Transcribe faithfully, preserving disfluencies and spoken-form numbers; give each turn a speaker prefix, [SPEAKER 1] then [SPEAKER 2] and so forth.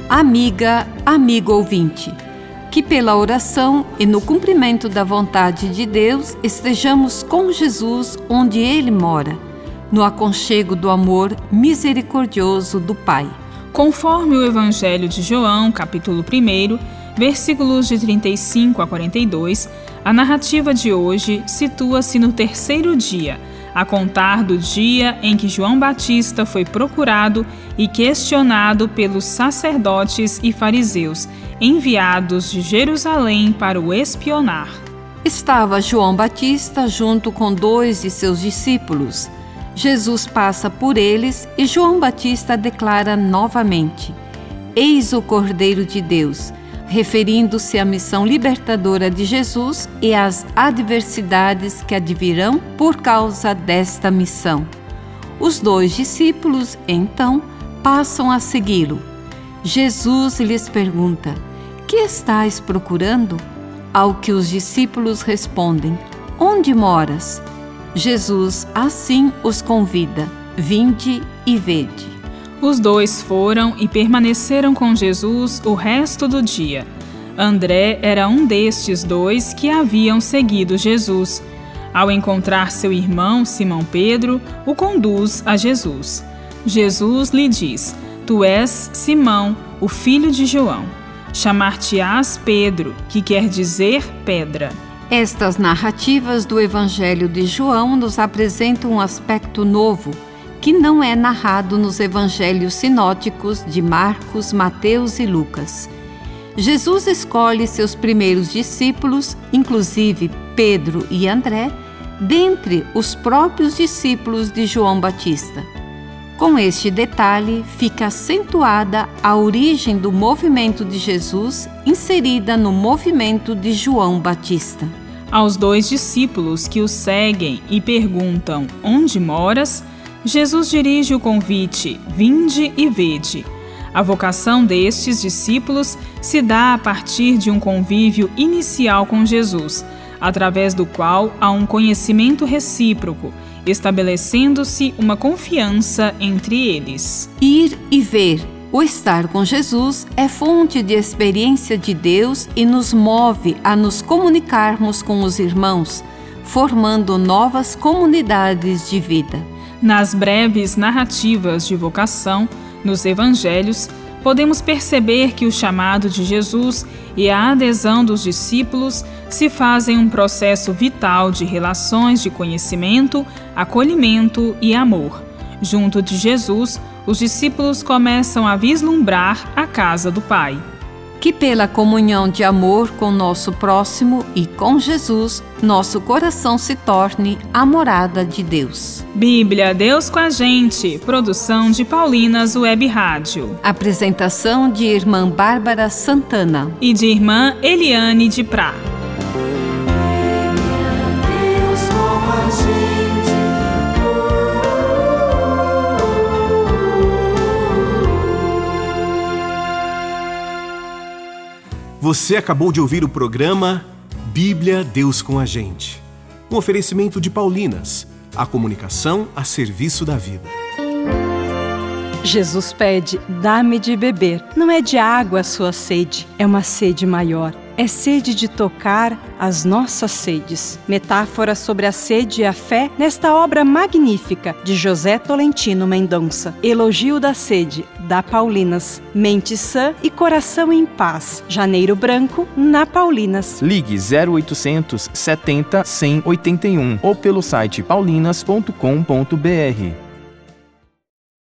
[SPEAKER 1] Amiga, amigo ouvinte, que pela oração e no cumprimento da vontade de Deus estejamos com Jesus onde Ele mora, no aconchego do amor misericordioso do Pai.
[SPEAKER 2] Conforme o Evangelho de João, capítulo um, versículos de trinta e cinco a quarenta e dois, a narrativa de hoje situa-se no terceiro dia, a contar do dia em que João Batista foi procurado e questionado pelos sacerdotes e fariseus, enviados de Jerusalém para o espionar.
[SPEAKER 1] Estava João Batista junto com dois de seus discípulos. Jesus passa por eles e João Batista declara novamente: Eis o Cordeiro de Deus, referindo-se à missão libertadora de Jesus e às adversidades que advirão por causa desta missão. Os dois discípulos, então, passam a segui-lo. Jesus lhes pergunta: Que estais procurando? Ao que os discípulos respondem: Onde moras? Jesus assim os convida: Vinde e vede.
[SPEAKER 2] Os dois foram e permaneceram com Jesus o resto do dia. André era um destes dois que haviam seguido Jesus. Ao encontrar seu irmão Simão Pedro, o conduz a Jesus. Jesus lhe diz: Tu és Simão, o filho de João. Chamar-te-ás Pedro, que quer dizer pedra.
[SPEAKER 1] Estas narrativas do Evangelho de João nos apresentam um aspecto novo, que não é narrado nos evangelhos sinóticos de Marcos, Mateus e Lucas. Jesus escolhe seus primeiros discípulos, inclusive Pedro e André, dentre os próprios discípulos de João Batista. Com este detalhe, fica acentuada a origem do movimento de Jesus, inserida no movimento de João Batista.
[SPEAKER 2] Aos dois discípulos que o seguem e perguntam: Onde moras? Jesus dirige o convite: Vinde e vede. A vocação destes discípulos se dá a partir de um convívio inicial com Jesus, através do qual há um conhecimento recíproco, estabelecendo-se uma confiança entre eles.
[SPEAKER 1] Ir e ver, o estar com Jesus, é fonte de experiência de Deus e nos move a nos comunicarmos com os irmãos, formando novas comunidades de vida.
[SPEAKER 2] Nas breves narrativas de vocação, nos evangelhos, podemos perceber que o chamado de Jesus e a adesão dos discípulos se fazem um processo vital de relações de conhecimento, acolhimento e amor. Junto de Jesus, os discípulos começam a vislumbrar a casa do Pai.
[SPEAKER 1] Que pela comunhão de amor com nosso próximo e com Jesus, nosso coração se torne a morada de Deus.
[SPEAKER 2] Bíblia, Deus com a gente. Produção de Paulinas Web Rádio.
[SPEAKER 1] Apresentação de irmã Bárbara Santana
[SPEAKER 2] e de irmã Eliane de Prá.
[SPEAKER 3] Você acabou de ouvir o programa Bíblia, Deus com a gente. Um oferecimento de Paulinas, a comunicação a serviço da vida.
[SPEAKER 4] Jesus pede: dá-me de beber. Não é de água a sua sede, é uma sede maior. É sede de tocar as nossas sedes. Metáfora sobre a sede e a fé nesta obra magnífica de José Tolentino Mendonça. Elogio da sede, da Paulinas. Mente sã e coração em paz. Janeiro branco, na Paulinas.
[SPEAKER 5] Ligue zero oitocentos setenta cem oitenta e um ou pelo site paulinas ponto com ponto br.